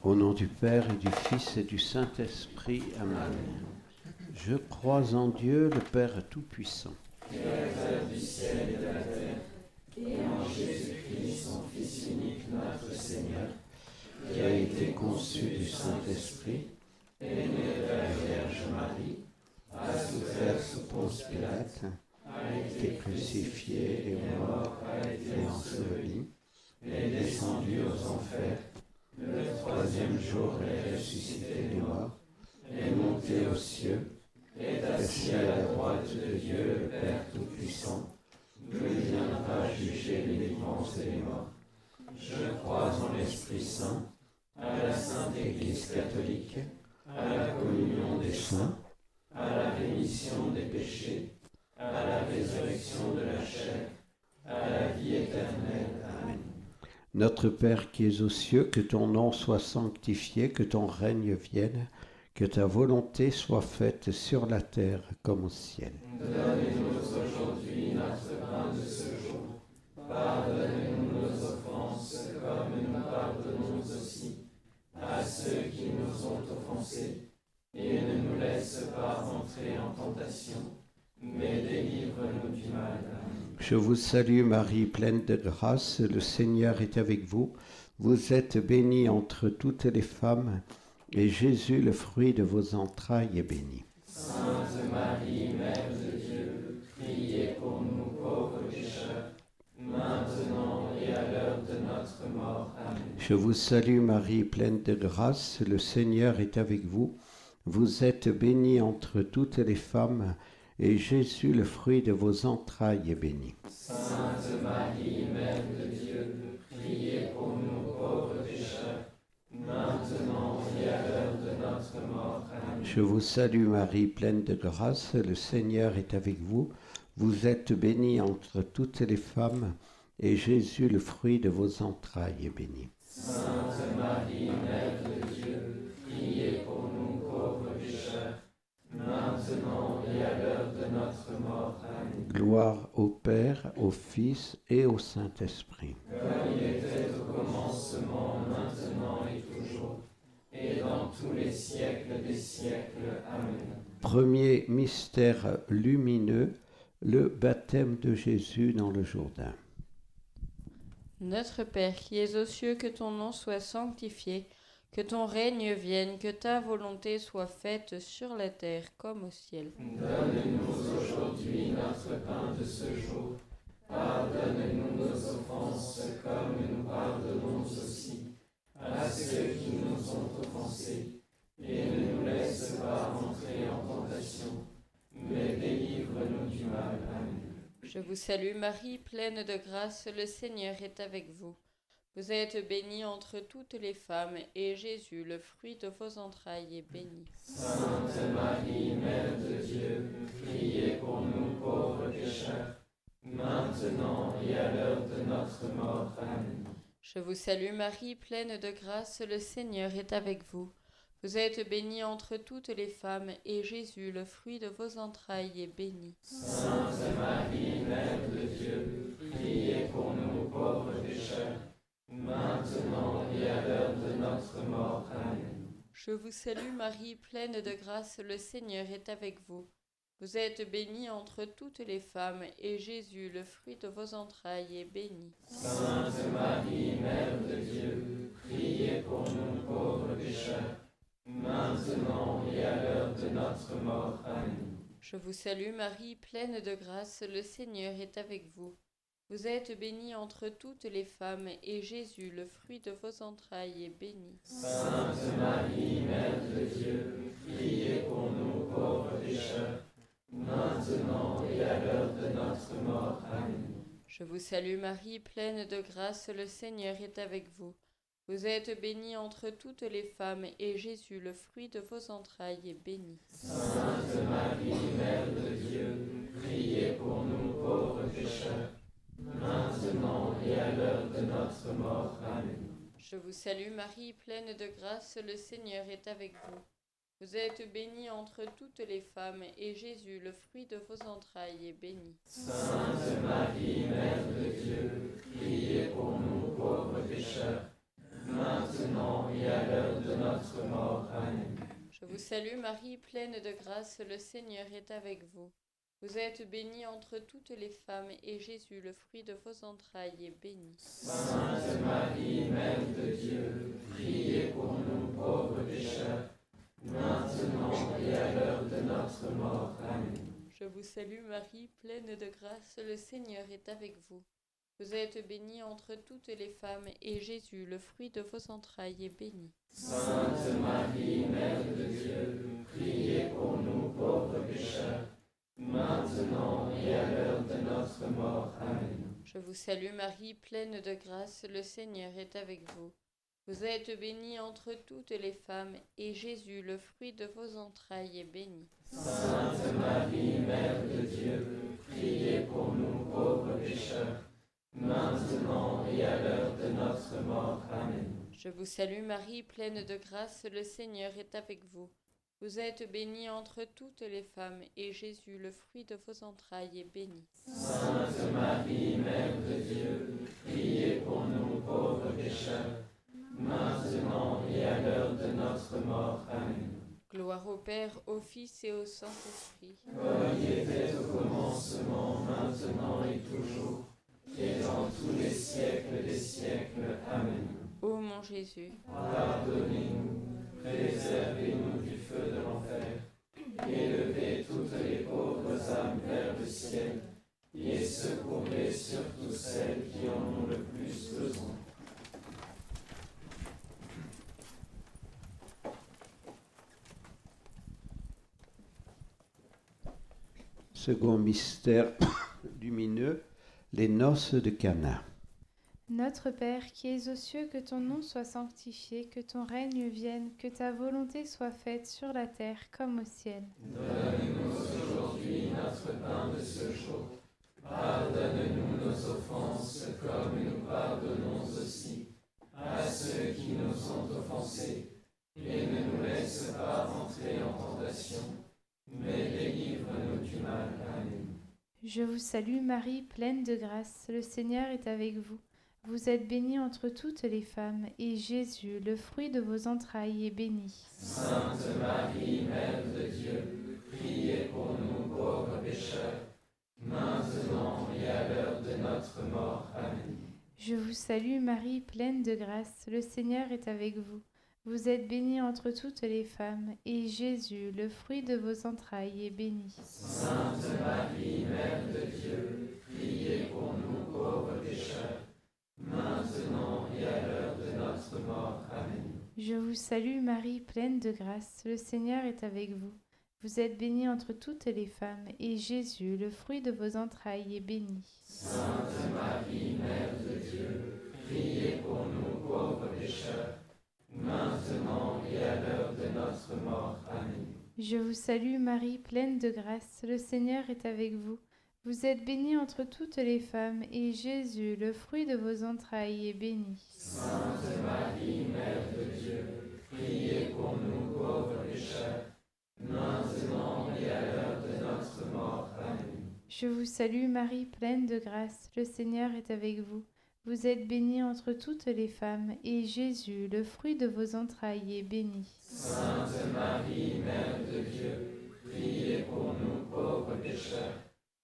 Au nom du Père et du Fils et du Saint-Esprit. Amen. Je crois en Dieu, le Père Tout-Puissant, Créateur du ciel et de la terre, et en Jésus-Christ, son Fils unique, notre Seigneur, qui a été conçu du Saint-Esprit, est né de la Vierge Marie, a souffert sous Ponce Pilate, a été crucifié et mort, a été enseveli, est descendu aux enfers, le troisième jour est ressuscité des morts, est monté aux cieux, est assis à la droite de Dieu, le Père Tout-Puissant, d'où il viendra juger les vivants et les morts. Je crois en l'Esprit Saint, à la Sainte Église catholique, à la communion des saints, à la rémission des péchés, à la résurrection de la chair, à la vie éternelle. Amen. Notre Père qui es aux cieux, que ton nom soit sanctifié, que ton règne vienne, que ta volonté soit faite sur la terre comme au ciel. Donne-nous aujourd'hui notre pain de ce jour. Pardonne-nous nos offenses, comme nous pardonnons aussi à ceux qui nous ont offensés. Et ne nous laisse pas entrer en tentation, mais délivre-nous du mal. Je vous salue Marie, pleine de grâce, le Seigneur est avec vous. Vous êtes bénie entre toutes les femmes, et Jésus, le fruit de vos entrailles, est béni. Sainte Marie, Mère de Dieu, priez pour nous pauvres pécheurs, maintenant et à l'heure de notre mort. Amen. Je vous salue Marie, pleine de grâce, le Seigneur est avec vous. Vous êtes bénie entre toutes les femmes, et Jésus, le fruit de vos entrailles, est béni. Sainte Marie, Mère de Dieu, priez pour nous pauvres pécheurs, maintenant et à l'heure de notre mort. Amen. Je vous salue Marie, pleine de grâce, le Seigneur est avec vous. Vous êtes bénie entre toutes les femmes, et Jésus, le fruit de vos entrailles, est béni. Sainte Marie, Mère de Dieu, priez pour nous pauvres pécheurs, maintenant et à l'heure de notre mort. Amen. Gloire au Père, au Fils et au Saint-Esprit. Comme il était au commencement, maintenant et toujours, et dans tous les siècles des siècles. Amen. Premier mystère lumineux, le baptême de Jésus dans le Jourdain. Notre Père qui es aux cieux, que ton nom soit sanctifié, que ton règne vienne, que ta volonté soit faite sur la terre comme au ciel. Donne-nous aujourd'hui notre pain de ce jour. Pardonne-nous nos offenses, comme nous pardonnons aussi à ceux qui nous ont offensés. Et ne nous laisse pas entrer en tentation, mais délivre-nous du mal. Amen. Je vous salue Marie, pleine de grâce, le Seigneur est avec vous. Vous êtes bénie entre toutes les femmes, et Jésus, le fruit de vos entrailles, est béni. Sainte Marie, Mère de Dieu, priez pour nous pauvres pécheurs, maintenant et à l'heure de notre mort. Amen. Je vous salue Marie, pleine de grâce, le Seigneur est avec vous. Vous êtes bénie entre toutes les femmes, et Jésus, le fruit de vos entrailles, est béni. Sainte Marie, Mère de Dieu, priez pour nous pauvres pécheurs, maintenant et à l'heure de notre mort. Amen. Je vous salue Marie, pleine de grâce, le Seigneur est avec vous. Vous êtes bénie entre toutes les femmes, et Jésus, le fruit de vos entrailles, est béni. Sainte Marie, Mère de Dieu, priez pour nous pauvres pécheurs, maintenant et à l'heure de notre mort. Amen. Je vous salue Marie, pleine de grâce, le Seigneur est avec vous. Vous êtes bénie entre toutes les femmes, et Jésus, le fruit de vos entrailles, est béni. Sainte Marie, Mère de Dieu, priez pour nous pauvres pécheurs, maintenant et à l'heure de notre mort. Amen. Je vous salue Marie, pleine de grâce, le Seigneur est avec vous. Vous êtes bénie entre toutes les femmes, et Jésus, le fruit de vos entrailles, est béni. Sainte Marie, Mère de Dieu, priez pour nous pauvres pécheurs, maintenant et à l'heure de notre mort. Amen. Je vous salue Marie, pleine de grâce, le Seigneur est avec vous. Vous êtes bénie entre toutes les femmes, et Jésus, le fruit de vos entrailles, est béni. Sainte Marie, Mère de Dieu, priez pour nous pauvres pécheurs, maintenant et à l'heure salue Marie, pleine de grâce, le Seigneur est avec vous. Vous êtes bénie entre toutes les femmes, et Jésus, le fruit de vos entrailles, est béni. Sainte Marie, Mère de Dieu, priez pour nous pauvres pécheurs, maintenant et à l'heure de notre mort. Amen. Je vous salue Marie, pleine de grâce, le Seigneur est avec vous. Vous êtes bénie entre toutes les femmes, et Jésus, le fruit de vos entrailles, est béni. Sainte Marie, Mère de Dieu, priez pour nous pauvres pécheurs, maintenant et à l'heure de notre mort. Amen. Je vous salue Marie, pleine de grâce, le Seigneur est avec vous. Vous êtes bénie entre toutes les femmes, et Jésus, le fruit de vos entrailles, est béni. Sainte Marie, Mère de Dieu, priez pour nous pauvres pécheurs, maintenant et à l'heure de notre mort. Amen. Je vous salue Marie, pleine de grâce, le Seigneur est avec vous. Vous êtes bénie entre toutes les femmes, et Jésus, le fruit de vos entrailles, est béni. Sainte Marie, Mère de Dieu, priez pour nous pauvres pécheurs, maintenant et à l'heure de notre mort. Amen. Gloire au Père, au Fils et au Saint-Esprit. Comme il était au commencement, maintenant et toujours, et dans tous les siècles des siècles. Amen. Ô mon Jésus, Pardonnez-nous, préservez-nous du feu de l'enfer, élevez toutes les pauvres âmes vers le ciel, et secourez surtout celles qui en ont le plus besoin. Second mystère lumineux, les noces de Cana. Notre Père qui es aux cieux, que ton nom soit sanctifié, que ton règne vienne, que ta volonté soit faite sur la terre comme au ciel. Donne-nous aujourd'hui notre pain de ce jour. Pardonne-nous nos offenses, comme nous pardonnons aussi à ceux qui nous ont offensés. Et ne nous laisse pas entrer en tentation, mais délivre-nous du mal. Amen. Je vous salue Marie, pleine de grâce, le Seigneur est avec vous. Vous êtes bénie entre toutes les femmes, et Jésus, le fruit de vos entrailles, est béni. Sainte Marie, Mère de Dieu, priez pour nous pauvres pécheurs, maintenant et à l'heure de notre mort. Amen. Je vous salue Marie, pleine de grâce, le Seigneur est avec vous. Vous êtes bénie entre toutes les femmes, et Jésus, le fruit de vos entrailles, est béni. Sainte Marie, Mère de Dieu, priez pour nous pauvres pécheurs, maintenant et à l'heure de notre mort. Amen. Je vous salue Marie, pleine de grâce, le Seigneur est avec vous. Vous êtes bénie entre toutes les femmes, et Jésus, le fruit de vos entrailles, est béni. Sainte Marie, Mère de Dieu, priez pour nous pauvres pécheurs, maintenant et à l'heure de notre mort. Amen. Je vous salue Marie, pleine de grâce, le Seigneur est avec vous. Vous êtes bénie entre toutes les femmes, et Jésus, le fruit de vos entrailles, est béni. Sainte Marie, Mère de Dieu, priez pour nous pauvres pécheurs, maintenant et à l'heure de notre mort. Amen. Je vous salue Marie, pleine de grâce, le Seigneur est avec vous. Vous êtes bénie entre toutes les femmes, et Jésus, le fruit de vos entrailles, est béni. Sainte Marie, Mère de Dieu, priez pour nous pauvres pécheurs,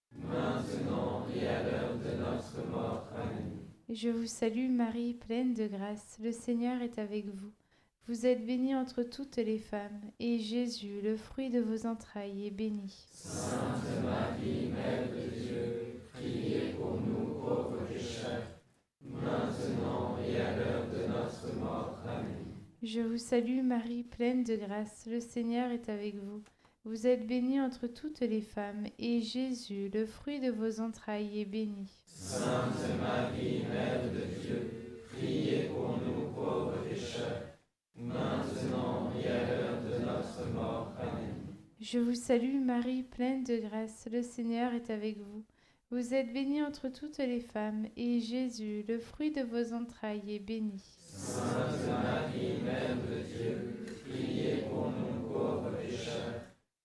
maintenant et à l'heure de notre mort. Amen. Je vous salue Marie, pleine de grâce, le Seigneur est avec vous. Vous êtes bénie entre toutes les femmes, et Jésus, le fruit de vos entrailles, est béni. Sainte Marie, Mère de Dieu, priez pour nous pauvres pécheurs, maintenant et à l'heure de notre mort. Amen. Je vous salue Marie, pleine de grâce, le Seigneur est avec vous. Vous êtes bénie entre toutes les femmes, et Jésus, le fruit de vos entrailles, est béni. Sainte Marie, Mère de Dieu, priez pour nous pauvres pécheurs, maintenant et à l'heure de notre mort. Amen. Je vous salue Marie, pleine de grâce, le Seigneur est avec vous. Vous êtes bénie entre toutes les femmes, et Jésus, le fruit de vos entrailles, est béni. Sainte Marie, Mère de Dieu, priez pour nous pauvres pécheurs,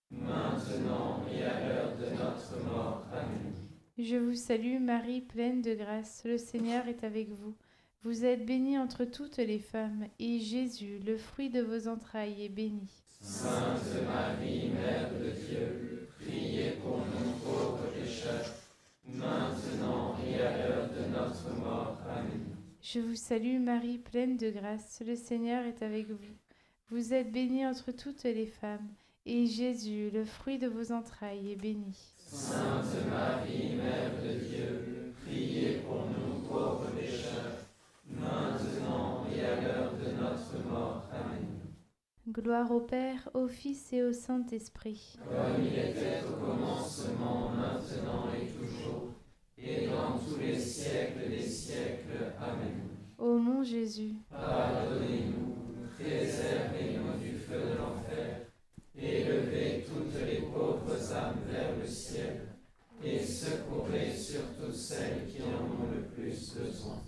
maintenant et à l'heure de notre mort. Amen. Je vous salue Marie, pleine de grâce, le Seigneur est avec vous. Vous êtes bénie entre toutes les femmes, et Jésus, le fruit de vos entrailles, est béni. Sainte Marie, Mère de Dieu, priez pour nous pauvres pécheurs, maintenant et à l'heure de notre mort. Amen. Je vous salue Marie, pleine de grâce, le Seigneur est avec vous. Vous êtes bénie entre toutes les femmes, et Jésus, le fruit de vos entrailles, est béni. Sainte Marie, Mère de Dieu, priez pour nous pauvres pécheurs, maintenant et à l'heure de notre mort. Amen. Gloire au Père, au Fils et au Saint-Esprit. Comme il était au commencement, maintenant et toujours, et dans tous les siècles des siècles. Amen. Ô mon Jésus, Pardonnez-nous, préservez-nous du feu de l'enfer, élevez toutes les pauvres âmes vers le ciel, et secourez surtout celles qui en ont le plus besoin.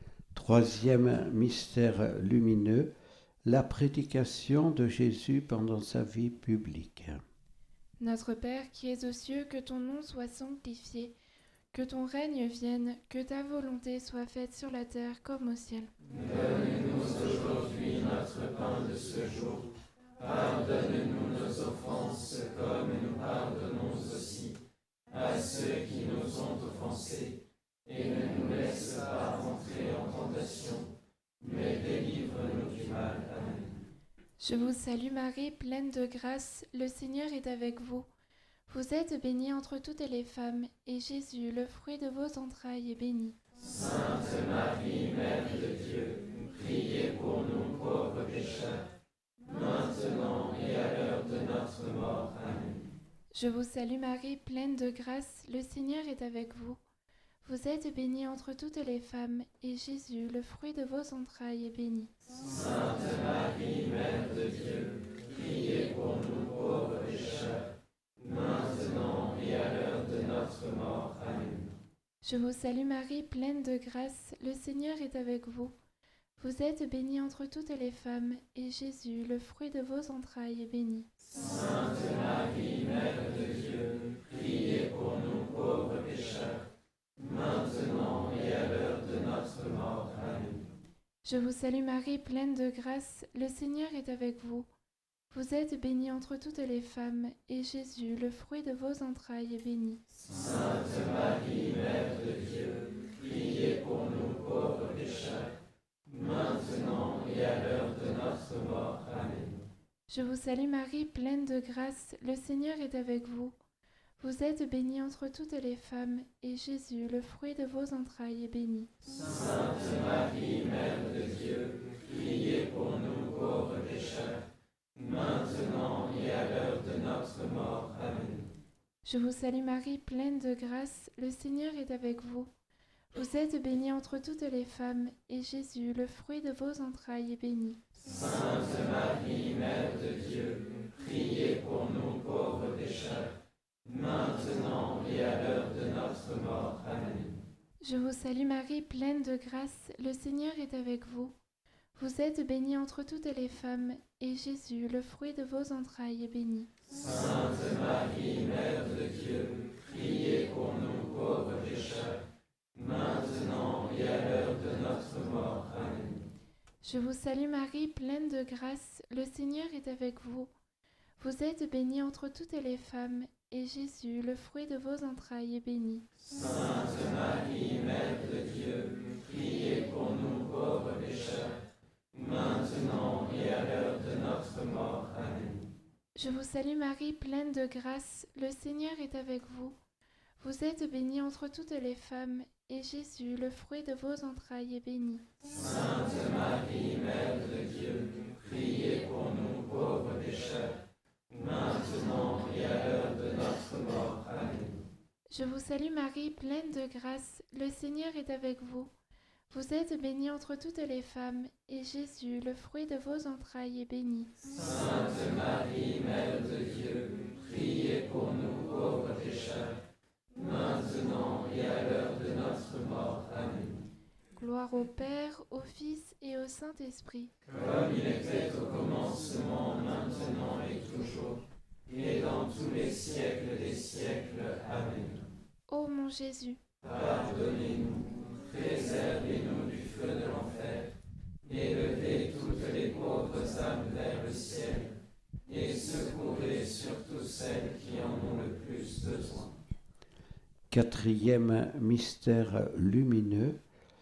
Troisième mystère lumineux, la prédication de Jésus pendant sa vie publique. Notre Père qui es aux cieux, que ton nom soit sanctifié, que ton règne vienne, que ta volonté soit faite sur la terre comme au ciel. Donne-nous aujourd'hui notre pain de ce jour. Pardonne-nous nos offenses comme nous pardonnons aussi à ceux qui nous ont offensés. Et ne nous laisse pas entrer en tentation, mais délivre-nous du mal. Amen. Je vous salue Marie, pleine de grâce, le Seigneur est avec vous. Vous êtes bénie entre toutes les femmes, et Jésus, le fruit de vos entrailles, est béni. Sainte Marie, Mère de Dieu, priez pour nous pauvres pécheurs, maintenant et à l'heure de notre mort. Amen. Je vous salue Marie, pleine de grâce, le Seigneur est avec vous. Vous êtes bénie entre toutes les femmes, et Jésus, le fruit de vos entrailles, est béni. Sainte Marie, Mère de Dieu, priez pour nous pauvres pécheurs, maintenant et à l'heure de notre mort. Amen. Je vous salue Marie, pleine de grâce, le Seigneur est avec vous. Vous êtes bénie entre toutes les femmes, et Jésus, le fruit de vos entrailles, est béni. Sainte Marie, Mère de Dieu, priez pour nous pauvres pécheurs, maintenant et à l'heure de notre mort. Amen. Je vous salue Marie, pleine de grâce, le Seigneur est avec vous. Vous êtes bénie entre toutes les femmes, et Jésus, le fruit de vos entrailles, est béni. Sainte Marie, Mère de Dieu, priez pour nous pauvres pécheurs, maintenant et à l'heure de notre mort. Amen. Je vous salue Marie, pleine de grâce, le Seigneur est avec vous. Vous êtes bénie entre toutes les femmes, et Jésus, le fruit de vos entrailles, est béni. Sainte Marie, Mère de Dieu, priez pour nous pauvres pécheurs, maintenant et à l'heure de notre mort. Amen. Je vous salue Marie, pleine de grâce, le Seigneur est avec vous. Vous êtes bénie entre toutes les femmes, et Jésus, le fruit de vos entrailles, est béni. Sainte Marie, Mère de Dieu, priez pour nous pauvres pécheurs, maintenant et à l'heure de notre mort. Amen. Je vous salue Marie, pleine de grâce, le Seigneur est avec vous. Vous êtes bénie entre toutes les femmes, et Jésus, le fruit de vos entrailles, est béni. Sainte Marie, Mère de Dieu, priez pour nous pauvres pécheurs, maintenant et à l'heure de notre mort. Amen. Je vous salue Marie, pleine de grâce, le Seigneur est avec vous. Vous êtes bénie entre toutes les femmes, et Jésus, le fruit de vos entrailles, est béni. Sainte Marie, Mère de Dieu, priez pour nous pauvres pécheurs, maintenant et à l'heure de notre mort. Amen. Je vous salue Marie, pleine de grâce, le Seigneur est avec vous. Vous êtes bénie entre toutes les femmes, et Jésus, le fruit de vos entrailles, est béni. Sainte Marie, Mère de Dieu, priez pour nous pauvres pécheurs, maintenant et à l'heure de notre mort. Amen. Je vous salue Marie, pleine de grâce, le Seigneur est avec vous. Vous êtes bénie entre toutes les femmes, et Jésus, le fruit de vos entrailles, est béni. Sainte Marie, Mère de Dieu, priez pour nous pauvres pécheurs, maintenant et à l'heure de notre mort. Amen. Gloire au Père, au Fils et au Saint-Esprit. Comme il était au commencement, maintenant et toujours, et dans tous les siècles des siècles. Amen. Ô mon Jésus, Pardonnez-nous, préservez-nous du feu de l'enfer, élevez toutes les pauvres âmes vers le ciel, et Quatrième mystère lumineux,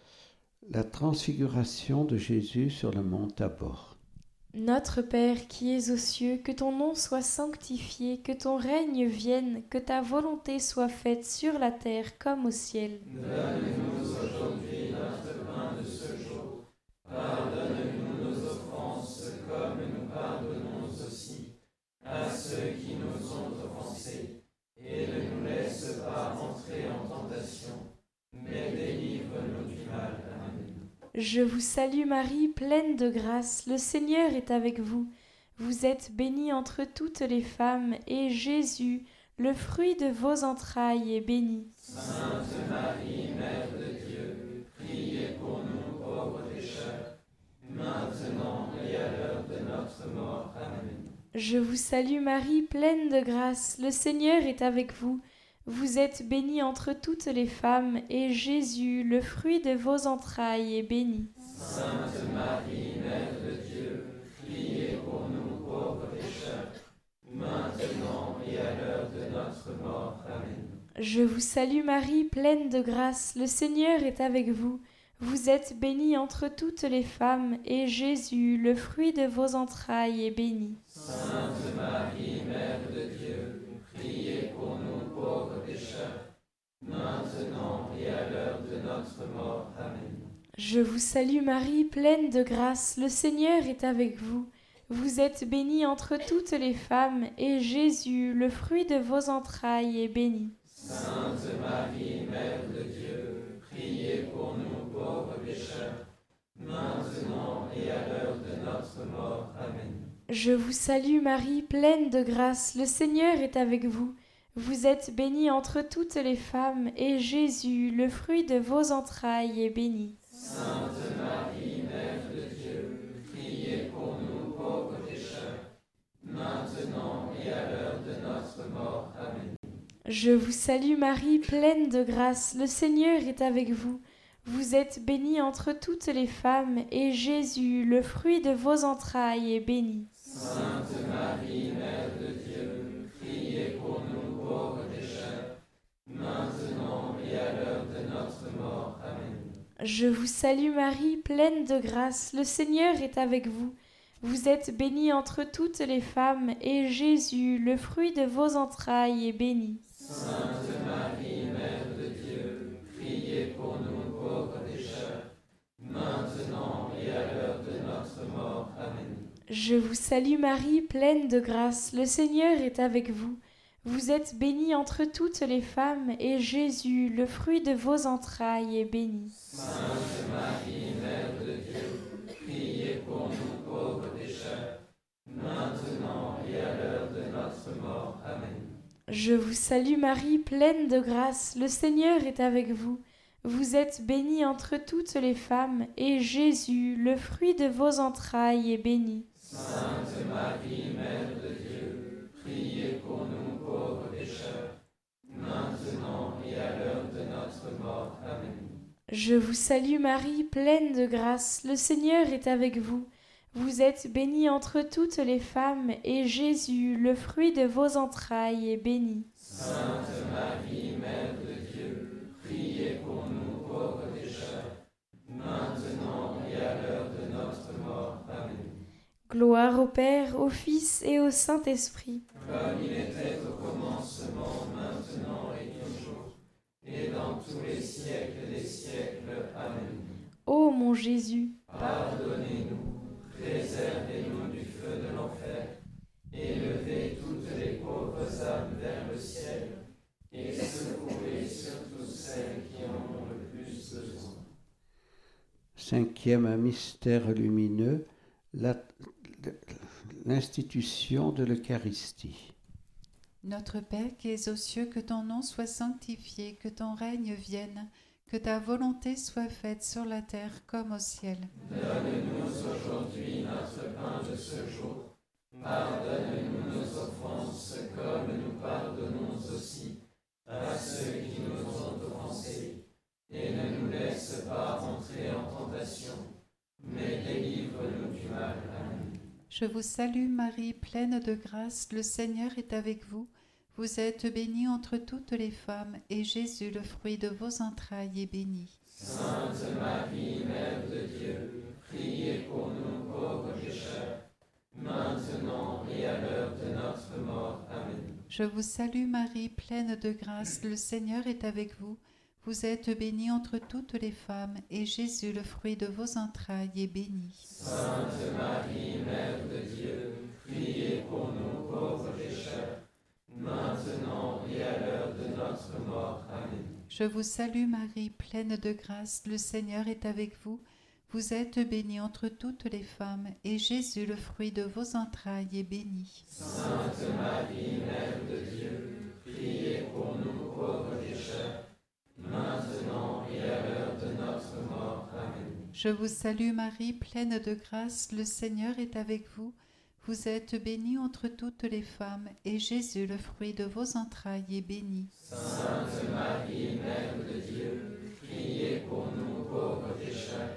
la transfiguration de Jésus sur le mont Tabor. Notre Père qui es aux cieux, que ton nom soit sanctifié, que ton règne vienne, que ta volonté soit faite sur la terre comme au ciel. Donne-nous aujourd'hui notre pain de ce jour. Pardonne-nous nos offenses comme nous pardonnons aussi à ceux qui nous ont offensés. Et ne nous laisse pas entrer en tentation, mais délivre-nous du mal. Amen. Je vous salue Marie, pleine de grâce, le Seigneur est avec vous. Vous êtes bénie entre toutes les femmes, et Jésus, le fruit de vos entrailles, est béni. Sainte Marie, Mère de Dieu, priez pour nous pauvres pécheurs, maintenant et à l'heure de notre mort. Amen. Je vous salue Marie, pleine de grâce, le Seigneur est avec vous. Vous êtes bénie entre toutes les femmes, et Jésus, le fruit de vos entrailles, est béni. Sainte Marie, Mère de Dieu, priez pour nous pauvres pécheurs, maintenant et à l'heure de notre mort. Amen. Je vous salue Marie, pleine de grâce, le Seigneur est avec vous. Vous êtes bénie entre toutes les femmes, et Jésus, le fruit de vos entrailles, est béni. Sainte Marie, Mère de Dieu, priez pour nous pauvres pécheurs, maintenant et à l'heure de notre mort. Amen. Je vous salue Marie, pleine de grâce, le Seigneur est avec vous. Vous êtes bénie entre toutes les femmes, et Jésus, le fruit de vos entrailles, est béni. Sainte Marie, Mère de Dieu, priez pour nous pauvres pécheurs, maintenant et à l'heure de notre mort. Amen. Je vous salue Marie, pleine de grâce, le Seigneur est avec vous. Vous êtes bénie entre toutes les femmes, et Jésus, le fruit de vos entrailles, est béni. Sainte Marie, Mère de Dieu, priez pour nous pauvres pécheurs, maintenant et à l'heure de notre mort. Amen. Je vous salue Marie, pleine de grâce, le Seigneur est avec vous. Vous êtes bénie entre toutes les femmes, et Jésus, le fruit de vos entrailles, est béni. Sainte Marie, Mère de Dieu, priez pour nous pauvres pécheurs, maintenant et à l'heure de notre mort. Amen. Je vous salue Marie, pleine de grâce, le Seigneur est avec vous. Vous êtes bénie entre toutes les femmes, et Jésus, le fruit de vos entrailles, est béni. Sainte Marie, Mère de Dieu, priez pour nous pauvres pécheurs, maintenant et à l'heure de notre mort. Amen. Je vous salue Marie, pleine de grâce, le Seigneur est avec vous. Vous êtes bénie entre toutes les femmes, et Jésus, le fruit de vos entrailles, est béni. Sainte Marie, Mère de Dieu, priez pour nous pauvres pécheurs, maintenant et à l'heure de notre mort. Amen. Je vous salue Marie, pleine de grâce, le Seigneur est avec vous. Vous êtes bénie entre toutes les femmes, et Jésus, le fruit de vos entrailles, est béni. Sainte Marie, Mère de Dieu, priez pour nous pauvres pécheurs, maintenant et à l'heure de notre mort. Amen. Je vous salue Marie, pleine de grâce, le Seigneur est avec vous. Vous êtes bénie entre toutes les femmes, et Jésus, le fruit de vos entrailles, est béni. Sainte Marie, Mère de Dieu, priez pour nous pauvres pécheurs, maintenant et à l'heure de notre mort. Amen. Gloire au Père, au Fils et au Saint-Esprit. Comme il était au commencement, maintenant et toujours, et dans tous les siècles des siècles. Amen. Ô mon Jésus, Pardonnez-nous, préservez-nous du feu de l'enfer, élevez toutes les pauvres âmes vers le ciel, et secourez surtout celles qui en ont le plus besoin. Cinquième mystère lumineux, l'institution de l'Eucharistie. Notre Père qui es aux cieux, que ton nom soit sanctifié, que ton règne vienne, que ta volonté soit faite sur la terre comme au ciel. Donne-nous aujourd'hui notre pain de ce jour. Pardonne-nous nos offenses comme nous pardonnons aussi à ceux qui nous ont offensés. Et ne nous laisse pas entrer en tentation, mais délivre-nous du mal. Amen. Je vous salue Marie, pleine de grâce, le Seigneur est avec vous. Vous êtes bénie entre toutes les femmes, et Jésus, le fruit de vos entrailles, est béni. Sainte Marie, Mère de Dieu, priez pour nous pauvres pécheurs, maintenant et à l'heure de notre mort. Amen. Je vous salue Marie, pleine de grâce, le Seigneur est avec vous. Vous êtes bénie entre toutes les femmes, et Jésus, le fruit de vos entrailles, est béni. Sainte Marie, Mère de Dieu, priez pour nous pauvres pécheurs, maintenant et à l'heure de notre mort. Amen. Je vous salue Marie, pleine de grâce, le Seigneur est avec vous. Vous êtes bénie entre toutes les femmes, et Jésus, le fruit de vos entrailles, est béni. Sainte Marie, Mère de Dieu, priez pour nous pauvres pécheurs, maintenant et à l'heure de notre mort. Amen. Je vous salue Marie, pleine de grâce, le Seigneur est avec vous. Vous êtes bénie entre toutes les femmes, et Jésus, le fruit de vos entrailles, est béni. Sainte Marie, Mère de Dieu, priez pour nous pauvres pécheurs,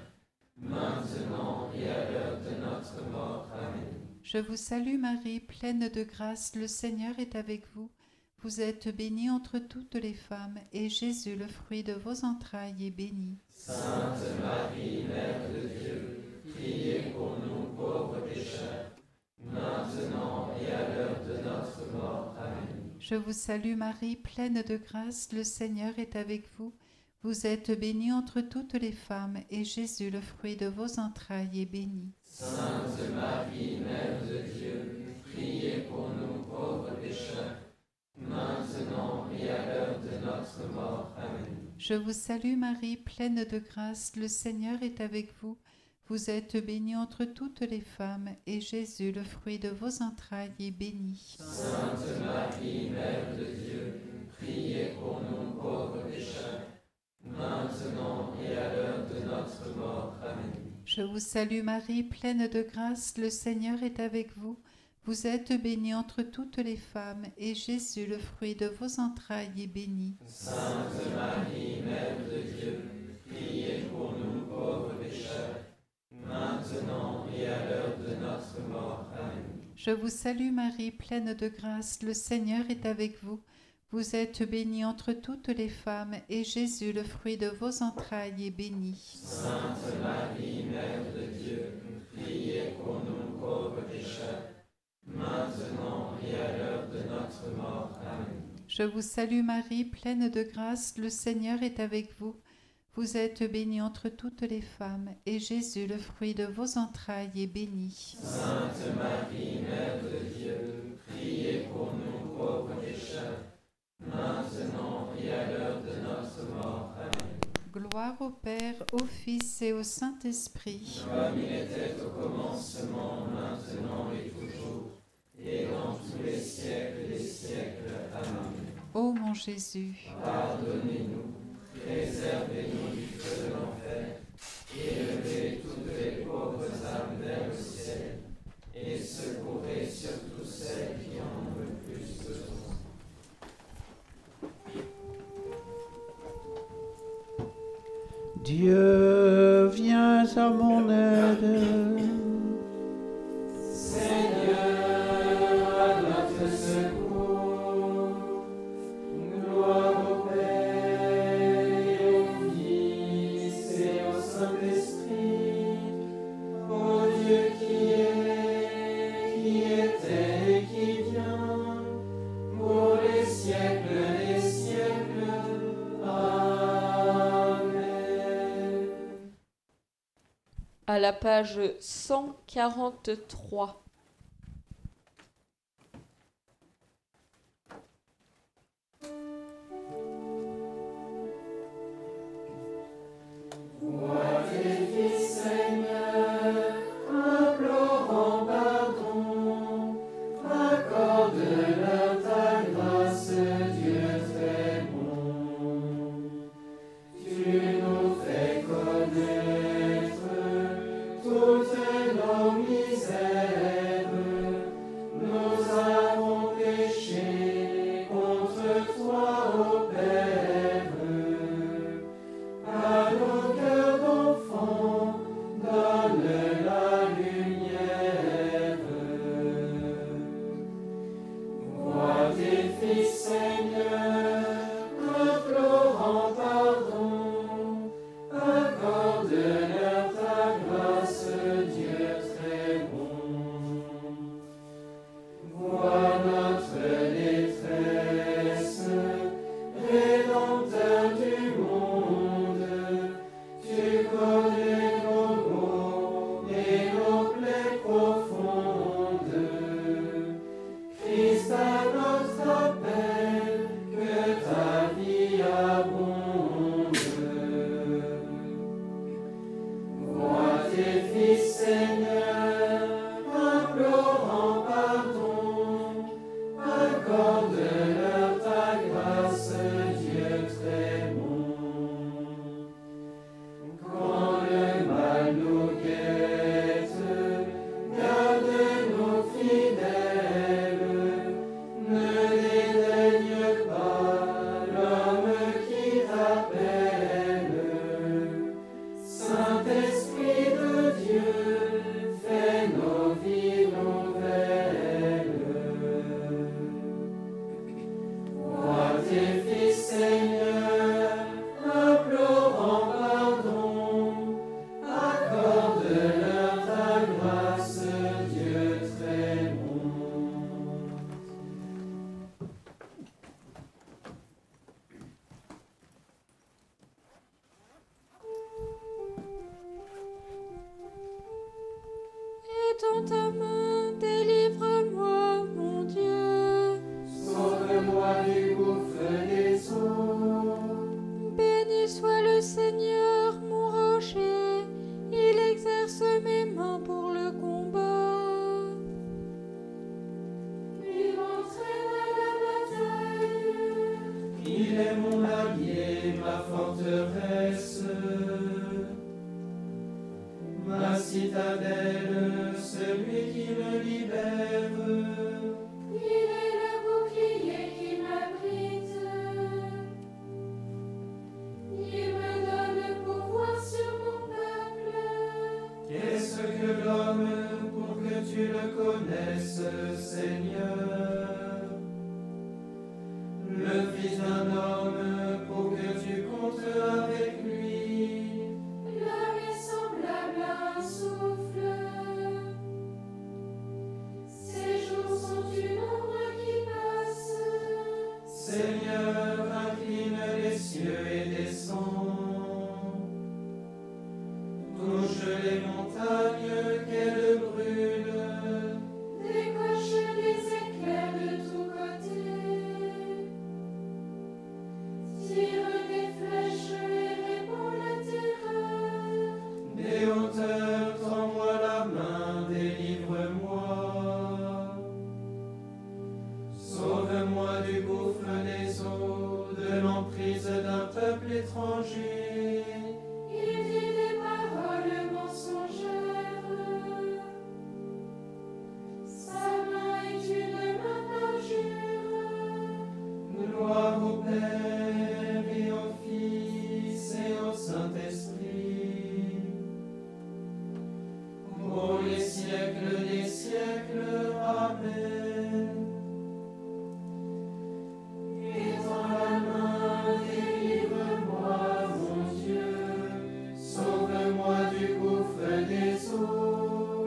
maintenant et à l'heure de notre mort. Amen. Je vous salue Marie, pleine de grâce, le Seigneur est avec vous. Vous êtes bénie entre toutes les femmes, et Jésus, le fruit de vos entrailles, est béni. Sainte Marie, Mère de Dieu, priez pour nous pauvres pécheurs, maintenant et à l'heure de notre mort. Amen. Je vous salue Marie, pleine de grâce, le Seigneur est avec vous. Vous êtes bénie entre toutes les femmes, et Jésus, le fruit de vos entrailles, est béni. Sainte Marie, Mère de Dieu, priez pour nous pauvres pécheurs, maintenant et à l'heure de notre mort. Amen. Je vous salue Marie, pleine de grâce, le Seigneur est avec vous. Vous êtes bénie entre toutes les femmes, et Jésus, le fruit de vos entrailles, est béni. Sainte Marie, Mère de Dieu, priez pour nous pauvres pécheurs, maintenant et à l'heure de notre mort. Amen. Je vous salue Marie, pleine de grâce, le Seigneur est avec vous. Vous êtes bénie entre toutes les femmes, et Jésus, le fruit de vos entrailles, est béni. Sainte Marie, Mère de Dieu, priez pour nous pauvres pécheurs, maintenant et à l'heure de notre mort. Amen. Je vous salue Marie, pleine de grâce, le Seigneur est avec vous. Vous êtes bénie entre toutes les femmes, et Jésus, le fruit de vos entrailles, est béni. Sainte Marie, Mère de Dieu, priez pour nous pauvres pécheurs, maintenant et à l'heure de notre mort. Amen. Je vous salue Marie, pleine de grâce, le Seigneur est avec vous. Vous êtes bénie entre toutes les femmes, et Jésus, le fruit de vos entrailles, est béni. Sainte Marie, Mère de Dieu, priez pour nous pauvres pécheurs, maintenant et à l'heure de notre mort. Amen. Gloire au Père, au Fils et au Saint-Esprit. Comme il était au commencement, maintenant et toujours, et dans tous les siècles des siècles. Amen. Ô mon Jésus, Pardonnez-nous, préservez-nous du feu de l'enfer, élevez toutes les pauvres âmes vers le ciel, et secourez surtout celles qui en ont le plus besoin. Dieu, viens à mon aide. Seigneur, à notre secours, gloire au Père et au Fils et au Saint-Esprit, ô Dieu qui était et qui vient, pour les siècles des siècles. Amen. À la page 143. Vois tes fils, Seigneur, implorant pardon, accorde-leur ta grâce, Dieu très bon. Tu nous fais connaître toutes nos misères. citadelle, celui qui me libère. Il est le bouclier qui m'abrite. Il me donne le pouvoir sur mon peuple. Qu'est-ce que l'homme pour que tu le connaisses, Seigneur? Le fils d'un homme pour que tu comptes avec lui. L'homme est semblable à un souffle. Ses jours sont une ombre qui passe. Seigneur, incline les cieux et descends. Touche les montagnes qu'elles brûlent. Décoche des éclairs de tous côtés. Tire des flèches et répand la terreur. Des hauteurs, tends-moi la main, délivre-moi. Sauve-moi du gouffre des eaux, de l'emprise d'un peuple étranger. Il dit des paroles mensongères. Sa main est une main parjure. Gloire au Père et au Fils et au Saint-Esprit. Pour les siècles des siècles, Amen. Étends la main, délivre-moi, mon Dieu. Sauve-moi du gouffre des eaux.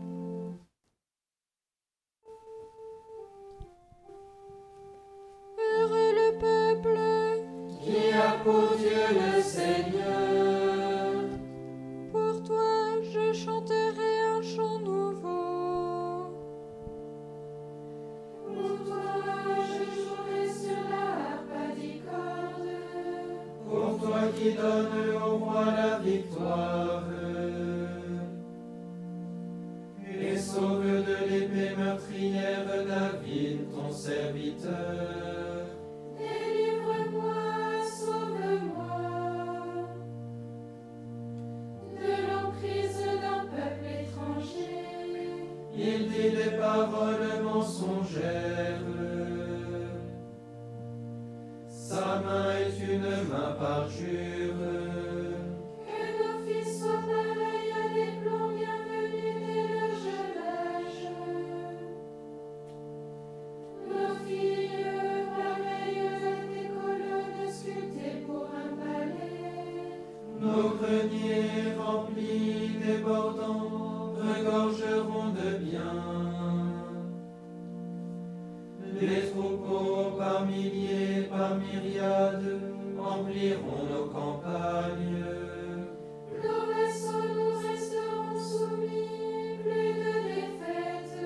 Heureux le peuple Qui a pour Dieu le Seigneur. Pour toi, je chanterai un chant nouveau. Pour toi, je jouerai sur la harpe à 10 cordes. Pour toi qui donnes au roi la victoire et sauve de l'épée meurtrière David, ton serviteur. Délivre-moi, sauve-moi de l'emprise d'un peuple étranger. Il dit des paroles mensongères. Sa main est une main parjure. Que nos fils soient pareils à des plans bienvenus dès le jeune âge. Nos filles pareilles à des colonnes sculptées pour un palais. Nos greniers remplis débordants regorgeront de biens. Les troupeaux par milliers, par myriades empliront nos campagnes. Nos vassaux nous resteront soumis, plus de défaites.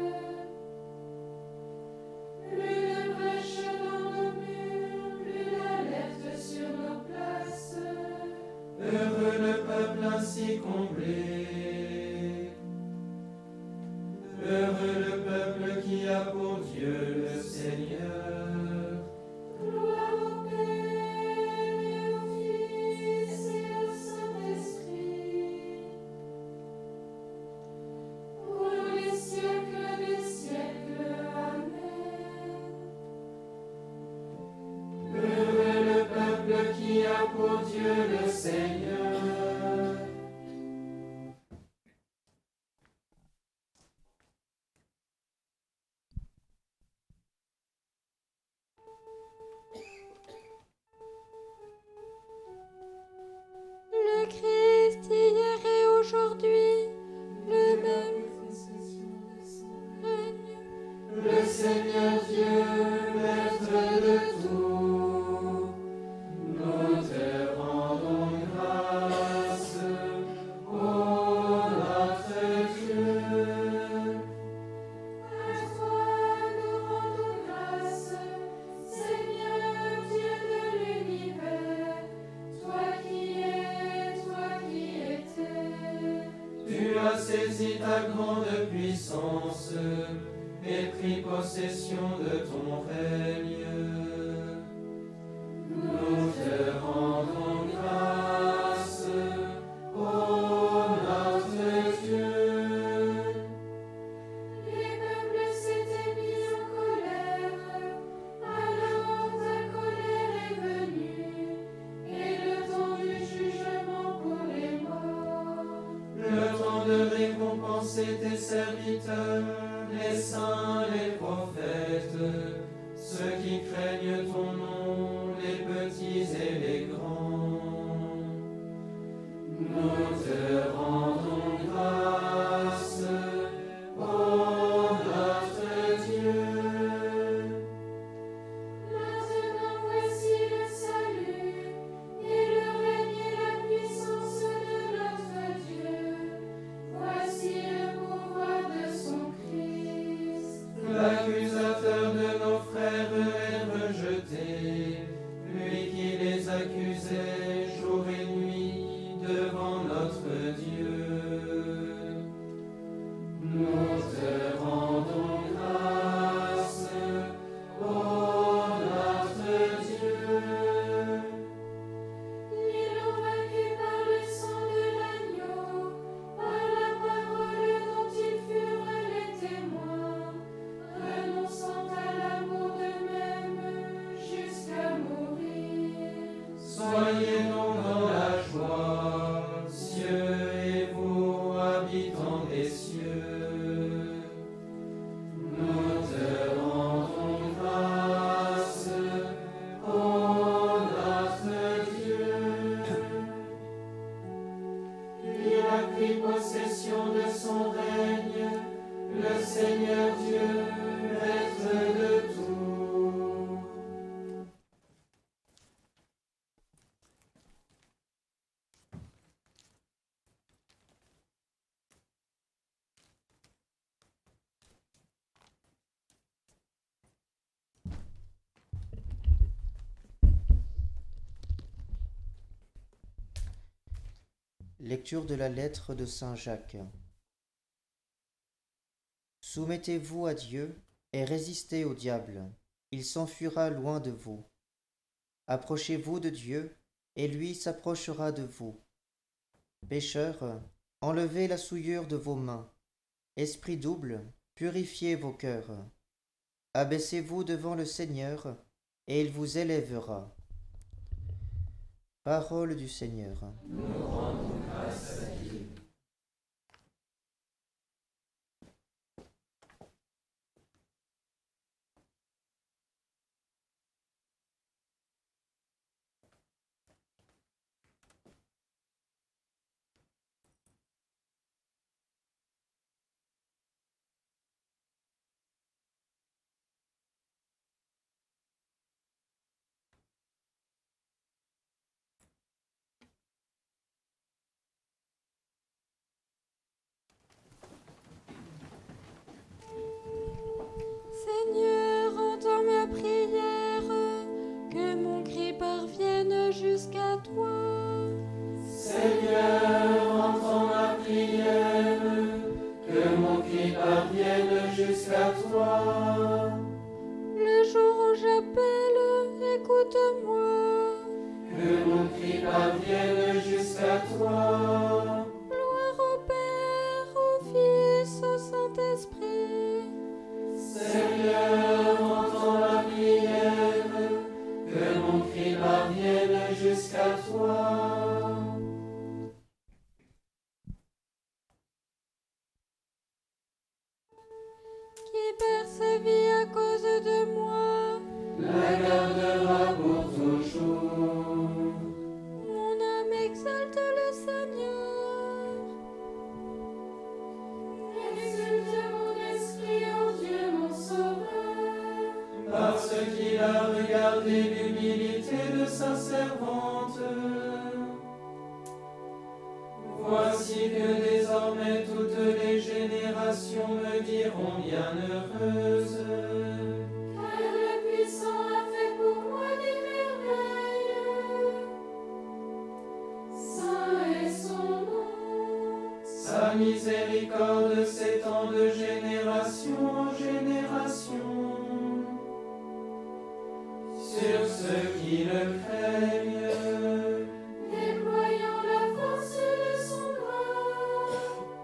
Plus de brèches dans nos murs, plus d'alerte sur nos places. Heureux le peuple ainsi comblé. Heureux le peuple qui a pour Dieu le Seigneur. Gloire au Père et au Fils et au Saint-Esprit. Pour les siècles des siècles. Amen. Heureux le peuple qui a pour Dieu le Seigneur. Le Christ hier et aujourd'hui, le même règne. Le Seigneur Dieu, maître de tout, nous te rendons grâce, ô notre Dieu. À toi nous rendons grâce, Seigneur Dieu de l'univers, toi qui étais. Tu as saisi ta grande puissance et pris possession de ton règne. Nous te rendons grâce, ô notre Dieu. récompenser tes serviteurs, les saints, les prophètes, ceux qui craignent ton nom, les petits et les grands. Nous te rendons grâce, ô notre Dieu. Maintenant voici le salut, et le règne et la puissance de notre Dieu. Voici le pouvoir de son Christ. L'accusateur de nos frères est rejeté, lui qui les accusait jour et nuit devant notre Dieu. Nous te rendons grâce, ô notre Dieu. Ils l'ont vaincu par le sang de l'agneau, par la parole dont ils furent les témoins, renonçant à l'amour d'eux-mêmes jusqu'à mourir. Soyez donc dans la joie, cieux et vous, habitants des cieux. Nous te rendons grâce, ô notre Dieu. Il a pris possession de son règne, le Seigneur Dieu, maître de tout. Lecture de la lettre de Saint Jacques. Soumettez-vous à Dieu et résistez au diable, il s'enfuira loin de vous. Approchez-vous de Dieu et lui s'approchera de vous. Pécheurs, enlevez la souillure de vos mains. Esprit double, purifiez vos cœurs. Abaissez-vous devant le Seigneur et il vous élèvera. Parole du Seigneur. Nous rendons grâce à Dieu. Seigneur, entends ma prière, que mon cri parvienne jusqu'à toi. Seigneur, entends ma prière, que mon cri parvienne jusqu'à toi. Le jour où j'appelle, écoute-moi. Que mon cri parvienne jusqu'à toi. Gloire au Père, au Fils, au Saint-Esprit. Seigneur, entends ma prière, que mon cri parvienne jusqu'à toi. Qui perd sa vie à cause de moi, La gardera pour toujours. mon âme exalte le Seigneur. Exulte mon esprit en Dieu mon Sauveur. Parce qu'il a regardé l'humilité de sa servante. Voici que désormais toutes les générations me diront bienheureuse. Car le puissant a fait pour moi des merveilles. Saint est son nom. Sa miséricorde s'étend de génération en génération sur ceux qui le craignent. Déployant la force de son bras,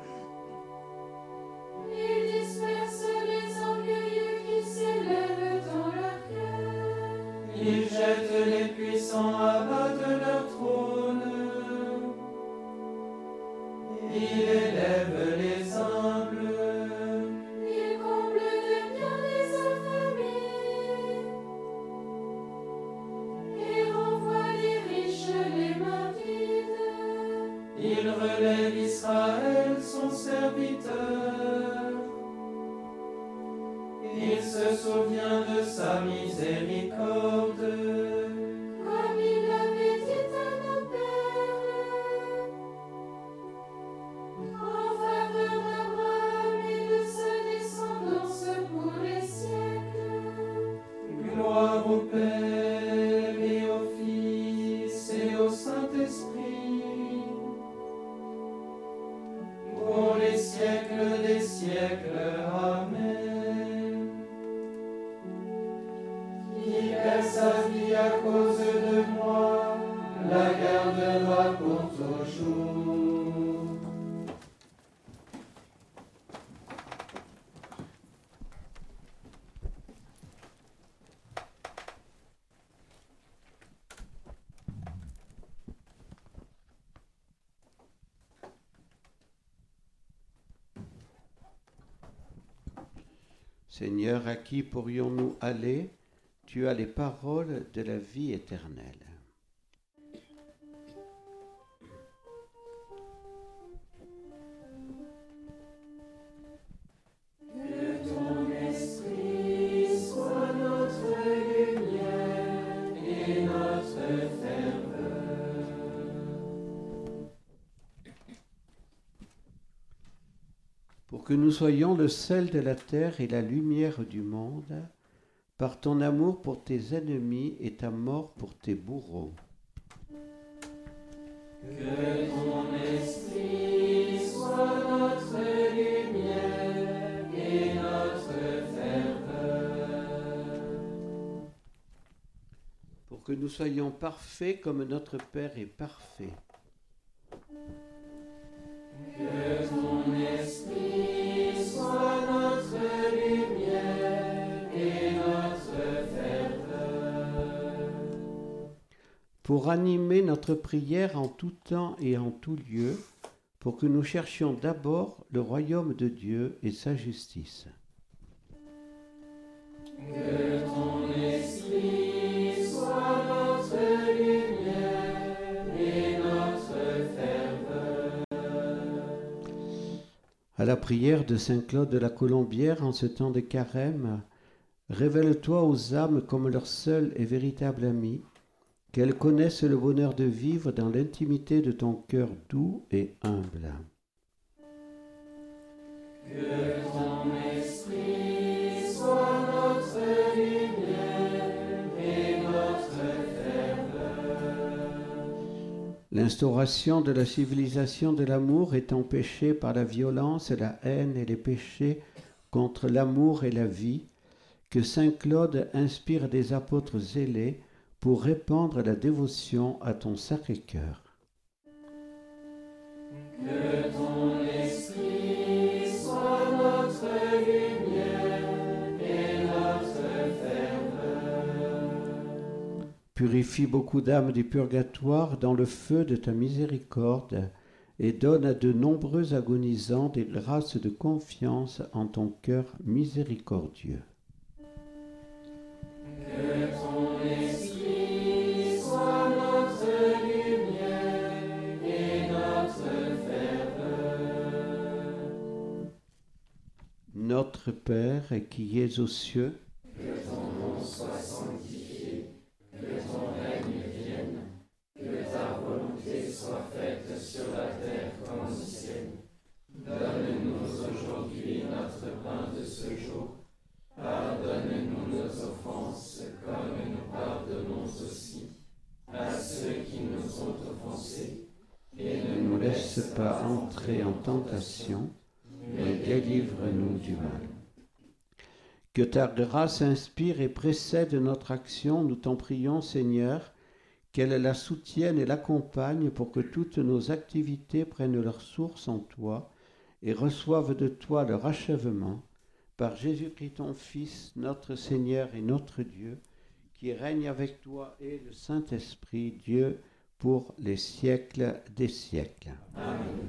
il disperse les orgueilleux qui s'élèvent dans leur cœur. Il jette les puissants à bas de leur trône. Il élève les uns Il relève Israël, son serviteur. Il se souvient de sa miséricorde. Comme il l'avait dit à nos pères, en faveur d'Abraham et de sa descendance pour les siècles. Gloire au Père et au Fils et au Saint-Esprit, pour les siècles des siècles. Amen. Qui perd sa vie à cause de moi, la gardera pour toujours. Seigneur, à qui pourrions-nous aller? Tu as les paroles de la vie éternelle. Que ton esprit soit notre lumière et notre ferveur. Pour que nous soyons le sel de la terre et la lumière du monde, par ton amour pour tes ennemis et ta mort pour tes bourreaux. Que ton esprit soit notre lumière et notre ferveur. Pour que nous soyons parfaits comme notre Père est parfait. Que ton esprit soit notre lumière et notre ferveur. Pour animer notre prière en tout temps et en tout lieu, pour que nous cherchions d'abord le royaume de Dieu et sa justice. Que ton esprit soit notre lumière et notre ferveur. À la prière de Saint Claude de la Colombière en ce temps de carême, révèle-toi aux âmes comme leur seul et véritable ami, qu'elles connaissent le bonheur de vivre dans l'intimité de ton cœur doux et humble. Que ton esprit soit notre lumière et notre ferveur. L'instauration de la civilisation de l'amour est empêchée par la violence, la haine et les péchés contre l'amour et la vie, que Saint Claude inspire des apôtres zélés pour répandre la dévotion à ton Sacré-Cœur. Que ton esprit soit notre lumière et notre ferveur. Purifie beaucoup d'âmes du purgatoire dans le feu de ta miséricorde et donne à de nombreux agonisants des grâces de confiance en ton cœur miséricordieux. Que ton esprit soit notre lumière et notre ferveur. Notre Père qui es aux cieux, Que ton nom soit sanctifié, que ton règne vienne, que ta volonté soit faite sur la terre comme au ciel. Donne-nous aujourd'hui notre pain de ce jour. Pardonne-nous nos offenses, comme nous pardonnons aussi à ceux qui nous ont offensés. Et ne nous laisse pas entrer en tentation, mais délivre-nous du mal. Que ta grâce inspire et précède notre action, nous t'en prions, Seigneur, qu'elle la soutienne et l'accompagne pour que toutes nos activités prennent leur source en toi et reçoivent de toi leur achèvement, par Jésus-Christ ton Fils, notre Seigneur et notre Dieu, qui règne avec toi et le Saint-Esprit, Dieu, pour les siècles des siècles. Amen.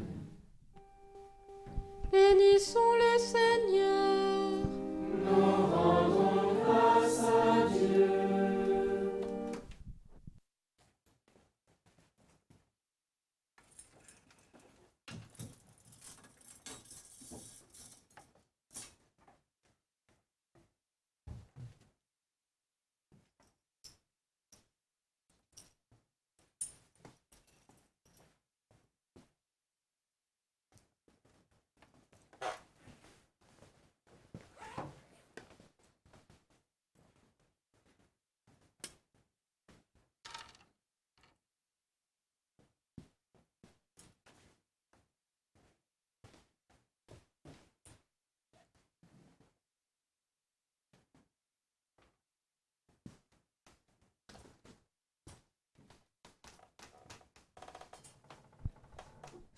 Bénissons le Seigneur. Nous rendons grâce à Dieu.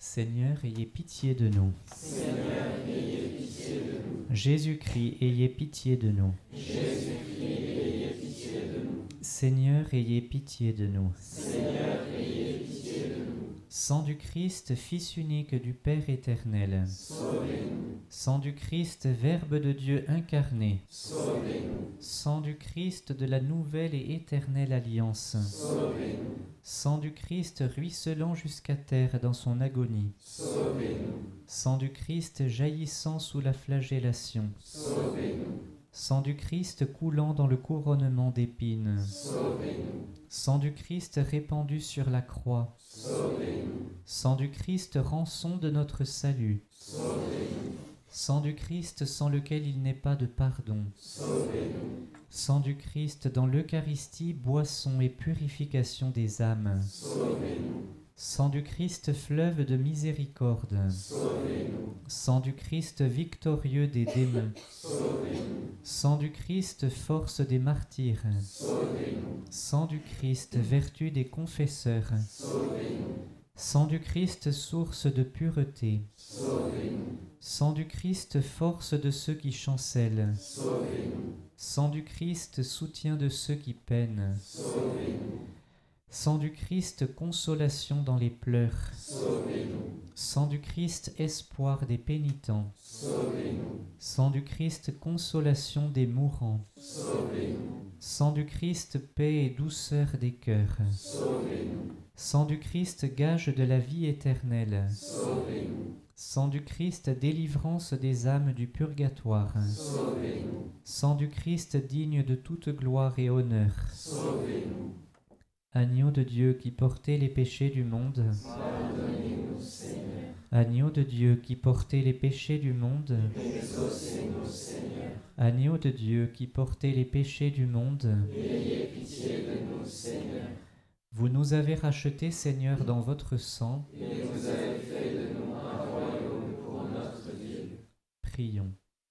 Seigneur, ayez pitié de nous. Seigneur, ayez pitié de nous. Jésus-Christ, ayez pitié de nous. Jésus-Christ, ayez pitié de nous. Seigneur, ayez pitié de nous. Seigneur, ayez pitié de nous. Sang du Christ, Fils unique du Père éternel. Sauvez-nous. Sang du Christ, Verbe de Dieu incarné. Sauvez-nous. Sang du Christ de la nouvelle et éternelle alliance. Sauvez-nous. Sang du Christ ruisselant jusqu'à terre dans son agonie. Sauvez-nous. Sang du Christ jaillissant sous la flagellation. Sauvez-nous. Sang du Christ coulant dans le couronnement d'épines. Sauvez-nous. Sang du Christ répandu sur la croix. Sauvez-nous. Sang du Christ rançon de notre salut. Sauvez-nous. Sang du Christ sans lequel il n'est pas de pardon. Sauvez-nous. Sang du Christ dans l'Eucharistie, boisson et purification des âmes. Sauvez-nous. Sang du Christ fleuve de miséricorde. Sauvez-nous. Sang du Christ victorieux des démons. Sauvez-nous. Sang du Christ force des martyrs. Sauvez-nous. Sang du Christ vertu des confesseurs. Sauvez-nous. Sang du Christ source de pureté. Sauvez-nous. Sang du Christ force de ceux qui chancellent. Sauvez-nous. Sang du Christ soutien de ceux qui peinent. Sauvez-nous. Sang du Christ consolation dans les pleurs. Sauvez-nous. Sang du Christ espoir des pénitents. Sauvez-nous. Sang du Christ consolation des mourants. Sauvez-nous. Sang du Christ paix et douceur des cœurs. Sauvez-nous. Sang du Christ gage de la vie éternelle. Sauvez-nous. Sang du Christ délivrance des âmes du purgatoire. Sauvez-nous. Sang du Christ digne de toute gloire et honneur. Sauvez-nous. Agneau de Dieu qui portait les péchés du monde. Pardonnez-nous, Seigneur. Agneau de Dieu qui portait les péchés du monde. Exaucez-nous, Seigneur. Agneau de Dieu qui portait les péchés du monde. Ayez pitié de nous, Seigneur. Vous nous avez rachetés, Seigneur, dans votre sang. Et vous avez fait de nous un royaume pour notre Dieu. Prions.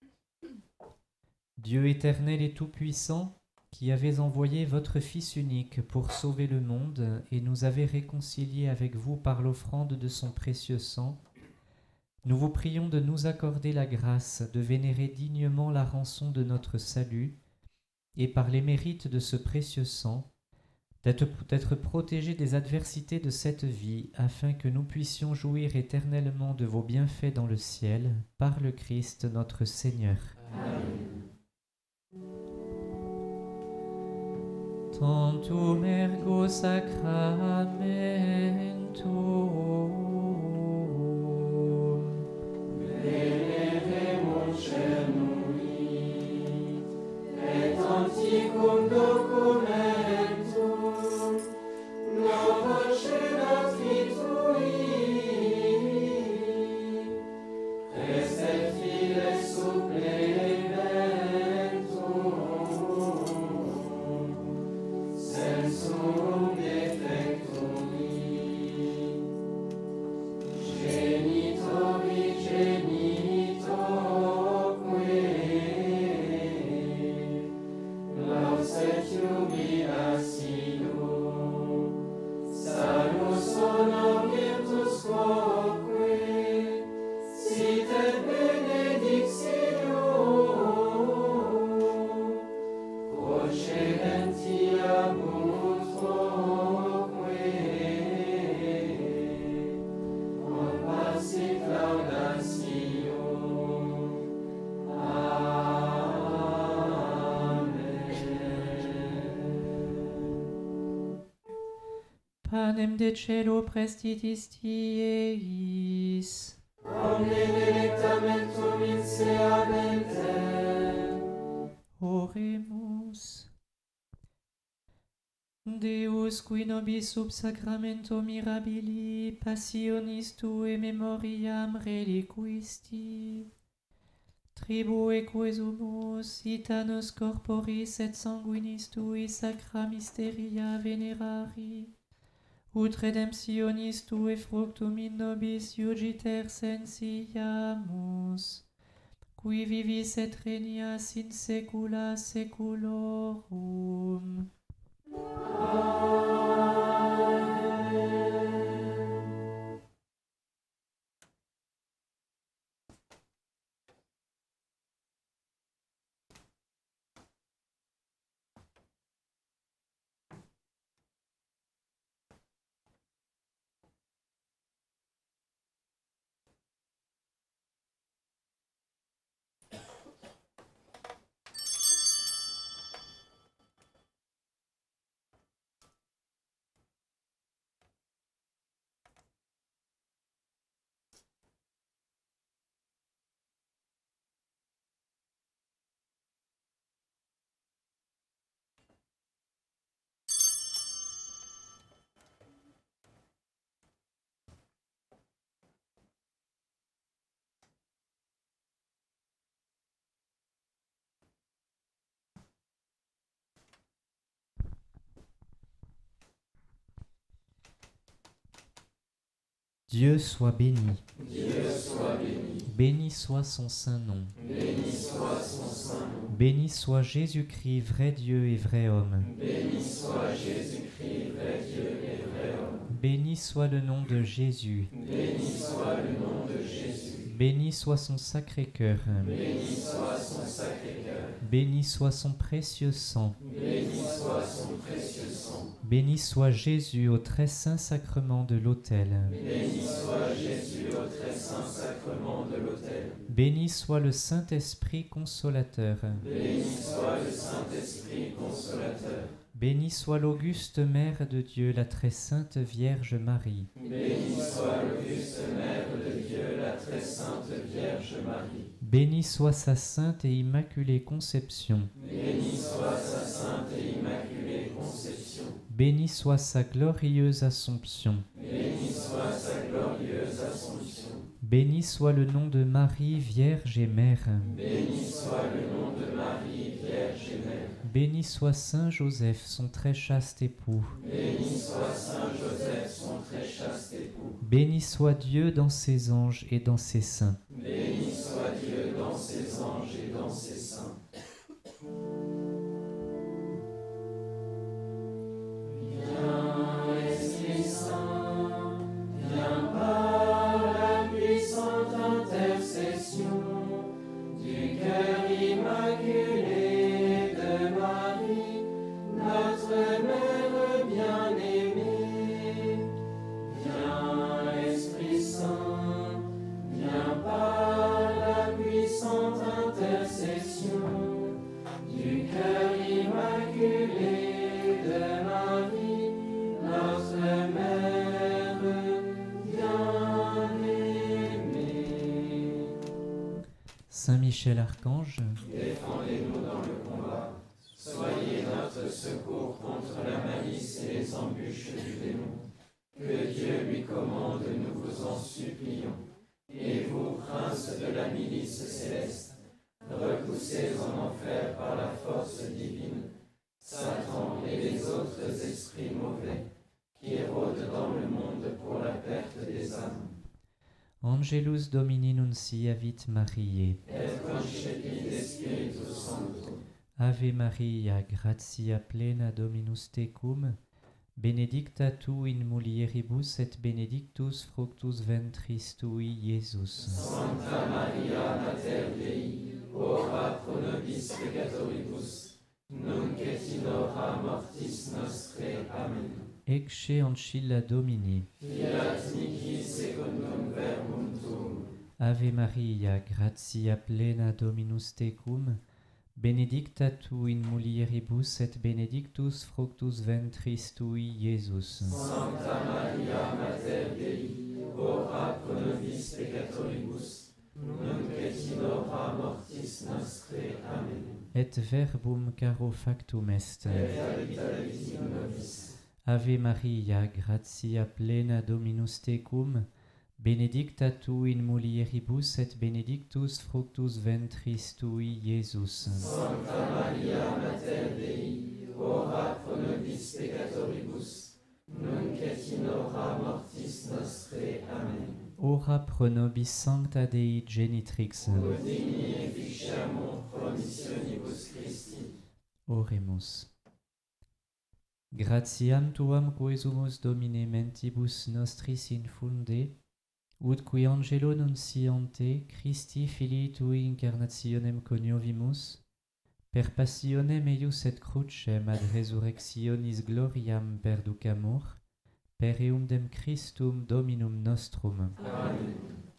Dieu éternel et tout-puissant, qui avez envoyé votre Fils unique pour sauver le monde et nous avez réconciliés avec vous par l'offrande de son précieux sang, nous vous prions de nous accorder la grâce de vénérer dignement la rançon de notre salut et par les mérites de ce précieux sang, d'être protégés des adversités de cette vie afin que nous puissions jouir éternellement de vos bienfaits dans le ciel par le Christ notre Seigneur. Amen. Tantum ergo sacramentum Veneremur cernui et antiquum documentum novoce notritui est files supplementum sensum defectum genitori genitoque laucetium asilo salus honor virtus quoque sit et benedictio procedentiabunt quoque on passit laudatio. Amen. Panem de cielo prestitis tieis. Omne delectamentum inseamentem. Oremus. Deus, qui nobis sub sacramento mirabili passionis tue memoriam reliquisti, tribue quesumus itanus corporis et sanguinis tui sacra mysteria venerari, ut redemptionis tue fructum in nobis iugiter sensiamus, qui vivis et regnas in saecula saeculorum. Amen. Dieu soit béni. Dieu soit béni. Béni soit son saint nom. Béni soit son saint nom. Béni soit Jésus-Christ, vrai Dieu et vrai homme. Béni soit Jésus-Christ, vrai Dieu et vrai homme. Béni soit le nom de Jésus. Béni soit le nom de Jésus. Béni soit son sacré cœur. Béni soit son sacré cœur. Béni soit son précieux sang. Béni soit son précieux sang. Béni soit Jésus au très saint sacrement de l'autel. Béni soit Jésus au très saint sacrement de l'autel. Béni soit le Saint-Esprit consolateur. Béni soit le Saint-Esprit consolateur. Béni soit l'auguste Mère de Dieu, la très sainte Vierge Marie. Béni soit l'auguste Mère de Dieu, la très sainte Vierge Marie. Béni soit sa sainte et immaculée conception. Béni soit sa sainte et immaculée conception. Béni soit sa glorieuse Assomption. Béni soit sa glorieuse Assomption. Béni soit le nom de Marie, Vierge et Mère. Béni soit le nom de Marie, Vierge et Mère. Béni soit Saint Joseph, son très chaste époux. Béni soit Saint Joseph, son très chaste époux. Béni soit Dieu dans ses anges et dans ses saints. Béni soit Dieu dans ses anges et dans ses saints. Viens, Esprit Saint, viens par la puissante intercession du cœur immaculé de Marie, notre Mère bien-aimée. Viens, Esprit Saint, viens par la puissante intercession du cœur immaculé de Marie, notre Mère bien-aimée. Saint Michel Archange, Défendez-nous dans le combat. Soyez notre secours contre la malice et les embûches du démon. Que Dieu lui commande, nous vous en supplions. Et vous, princes de la milice céleste, repoussés en enfer par la force divine, Satan et les autres esprits mauvais qui rôdent dans le monde pour la perte des âmes. Angelus Domini nunciavit Mariae. Et concepit Spiritus Sancto. Ave Maria, gratia plena Dominus tecum, benedicta tu in mulieribus et benedictus fructus ventris tui, Iesus. Sancta Maria Mater Dei, ora pro nobis peccatoribus, nunc et in hora mortis nostrae. Amen. Ecce ancilla Domini. Fiat mihi secundum verbum tuum. Ave Maria, gratia plena Dominus tecum, benedicta tu in mulieribus et benedictus fructus ventris tui, Iesus. Sancta Maria Mater Dei, ora pro nobis peccatoribus, nunc et in hora mortis nostrae. Amen. Et verbum caro factum est. Et habita in nobis. Ave Maria, gratia plena Dominus tecum, benedicta tu in mulieribus et benedictus fructus ventris tui, Iesus. Sancta Maria Mater Dei, ora pro nobis peccatoribus, nunc et in hora mortis nostrae. Amen. Ora pro nobis sancta Dei genitrix. Ut digni efficiamur promissionibus Christi. Oremus. Gratiam tuam quesumus Domine mentibus nostris infunde, ut qui angelo nunciante Christi Filii tui incarnationem coniovimus, per passionem eius et crucem ad resurrectionis gloriam perducamur, per eundem Christum Dominum nostrum. Amen.